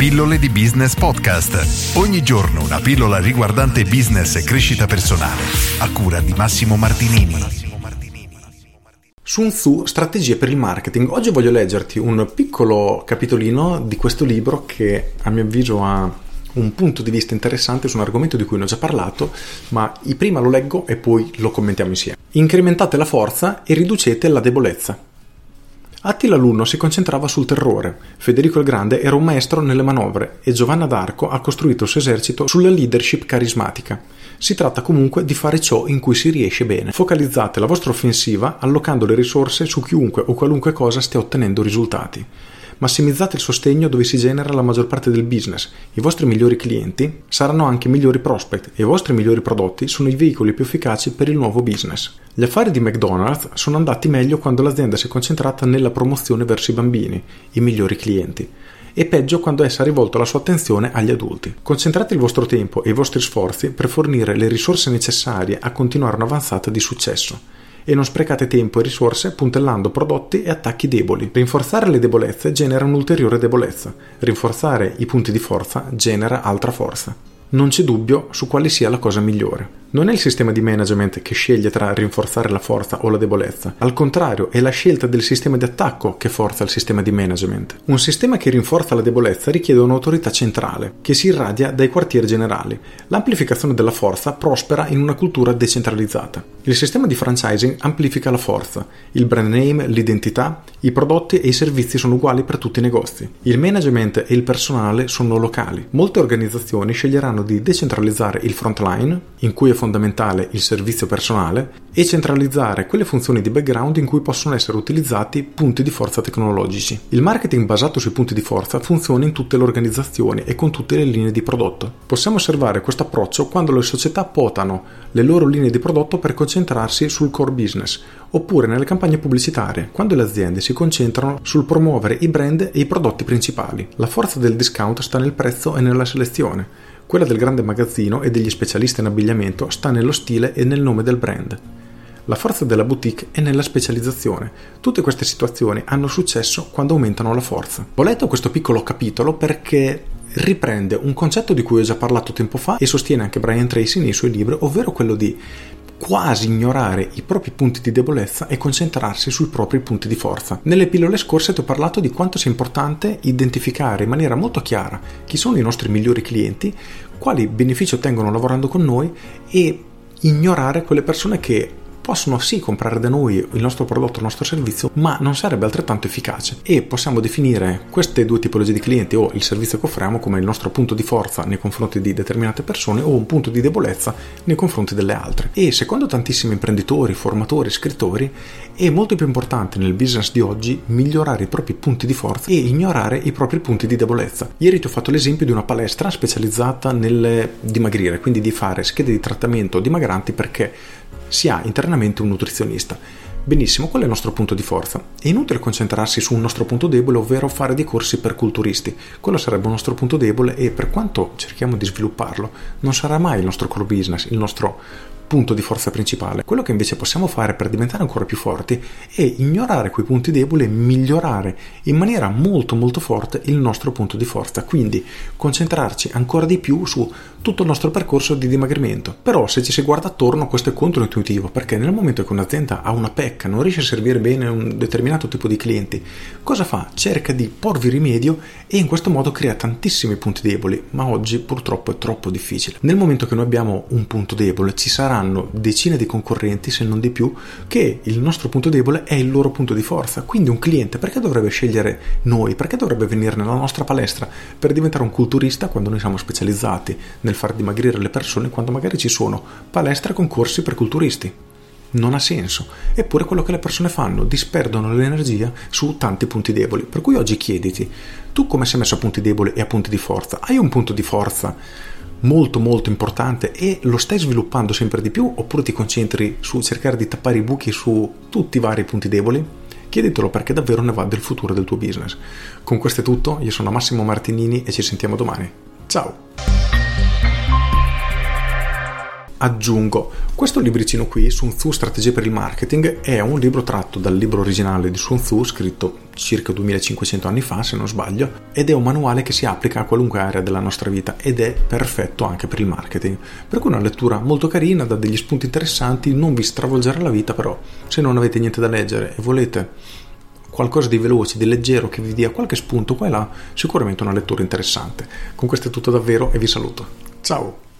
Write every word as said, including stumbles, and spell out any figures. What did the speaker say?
Pillole di Business Podcast. Ogni giorno una pillola riguardante business e crescita personale. A cura di Massimo Martinini. Sun Tzu, strategie per il marketing. Oggi voglio leggerti un piccolo capitolino di questo libro che a mio avviso ha un punto di vista interessante su un argomento di cui ne ho già parlato, ma prima lo leggo e poi lo commentiamo insieme. Incrementate la forza e riducete la debolezza. Attila l'Unno si concentrava sul terrore, Federico il Grande era un maestro nelle manovre e Giovanna d'Arco ha costruito il suo esercito sulla leadership carismatica. Si tratta comunque di fare ciò in cui si riesce bene. Focalizzate la vostra offensiva allocando le risorse su chiunque o qualunque cosa stia ottenendo risultati. Massimizzate il sostegno dove si genera la maggior parte del business. I vostri migliori clienti saranno anche i migliori prospect e i vostri migliori prodotti sono i veicoli più efficaci per il nuovo business. Gli affari di McDonald's sono andati meglio quando l'azienda si è concentrata nella promozione verso i bambini, i migliori clienti, e peggio quando essa ha rivolto la sua attenzione agli adulti. Concentrate il vostro tempo e i vostri sforzi per fornire le risorse necessarie a continuare un'avanzata di successo. E non sprecate tempo e risorse puntellando prodotti e attacchi deboli. Rinforzare le debolezze genera un'ulteriore debolezza. Rinforzare i punti di forza genera altra forza. Non c'è dubbio su quale sia la cosa migliore. Non è il sistema di management che sceglie tra rinforzare la forza o la debolezza. Al contrario, è la scelta del sistema di attacco che forza il sistema di management. Un sistema che rinforza la debolezza richiede un'autorità centrale, che si irradia dai quartieri generali. L'amplificazione della forza prospera in una cultura decentralizzata. Il sistema di franchising amplifica la forza. Il brand name, l'identità, i prodotti e i servizi sono uguali per tutti i negozi. Il management e il personale sono locali. Molte organizzazioni sceglieranno di decentralizzare il frontline, in cui è fondamentale il servizio personale, e centralizzare quelle funzioni di background in cui possono essere utilizzati punti di forza tecnologici. Il marketing basato sui punti di forza funziona in tutte le organizzazioni e con tutte le linee di prodotto. Possiamo osservare questo approccio quando le società potano le loro linee di prodotto per concentrarsi sul core business, oppure nelle campagne pubblicitarie, quando le aziende si concentrano sul promuovere i brand e i prodotti principali. La forza del discount sta nel prezzo e nella selezione. Quella del grande magazzino e degli specialisti in abbigliamento sta nello stile e nel nome del brand. La forza della boutique è nella specializzazione. Tutte queste situazioni hanno successo quando aumentano la forza. Ho letto questo piccolo capitolo perché riprende un concetto di cui ho già parlato tempo fa e sostiene anche Brian Tracy nei suoi libri, ovvero quello di quasi ignorare i propri punti di debolezza e concentrarsi sui propri punti di forza. Nelle pillole scorse ti ho parlato di quanto sia importante identificare in maniera molto chiara chi sono i nostri migliori clienti, quali benefici ottengono lavorando con noi e ignorare quelle persone che possono sì comprare da noi il nostro prodotto, il nostro servizio, ma non sarebbe altrettanto efficace. E possiamo definire queste due tipologie di clienti o il servizio che offriamo come il nostro punto di forza nei confronti di determinate persone o un punto di debolezza nei confronti delle altre. E secondo tantissimi imprenditori, formatori, scrittori, è molto più importante nel business di oggi migliorare i propri punti di forza e ignorare i propri punti di debolezza. Ieri ti ho fatto l'esempio di una palestra specializzata nel dimagrire, quindi di fare schede di trattamento dimagranti perché si ha internamente un nutrizionista. Benissimo, qual è il nostro punto di forza? È inutile concentrarsi su un nostro punto debole, ovvero fare dei corsi per culturisti. Quello sarebbe un nostro punto debole e per quanto cerchiamo di svilupparlo, non sarà mai il nostro core business, il nostro punto di forza principale. Quello che invece possiamo fare per diventare ancora più forti è ignorare quei punti deboli e migliorare in maniera molto molto forte il nostro punto di forza, quindi concentrarci ancora di più su tutto il nostro percorso di dimagrimento. Però se ci si guarda attorno questo è controintuitivo, perché nel momento che un'azienda ha una pecca, non riesce a servire bene un determinato tipo di clienti, cosa fa? Cerca di porvi rimedio e in questo modo crea tantissimi punti deboli, ma oggi purtroppo è troppo difficile. Nel momento che noi abbiamo un punto debole ci sarà decine di concorrenti, se non di più, che il nostro punto debole è il loro punto di forza. Quindi un cliente perché dovrebbe scegliere noi? Perché dovrebbe venire nella nostra palestra per diventare un culturista quando noi siamo specializzati nel far dimagrire le persone, quando magari ci sono palestre con corsi per culturisti? Non ha senso. Eppure quello che le persone fanno, disperdono l'energia su tanti punti deboli. Per cui oggi chiediti, tu come sei messo a punti deboli e a punti di forza? Hai un punto di forza molto molto importante e lo stai sviluppando sempre di più, oppure ti concentri su cercare di tappare i buchi su tutti i vari punti deboli? Chieditelo, perché davvero ne va del futuro del tuo business. Con questo è tutto, io sono Massimo Martinini e ci sentiamo domani. Ciao! aggiungo. Questo libricino qui, Sun Tzu, Strategie per il marketing, è un libro tratto dal libro originale di Sun Tzu, scritto circa duemilacinquecento anni fa, se non sbaglio, ed è un manuale che si applica a qualunque area della nostra vita ed è perfetto anche per il marketing. Per cui è una lettura molto carina, dà degli spunti interessanti, non vi stravolgerà la vita, però se non avete niente da leggere e volete qualcosa di veloce, di leggero, che vi dia qualche spunto qua e là, sicuramente una lettura interessante. Con questo è tutto davvero e vi saluto. Ciao!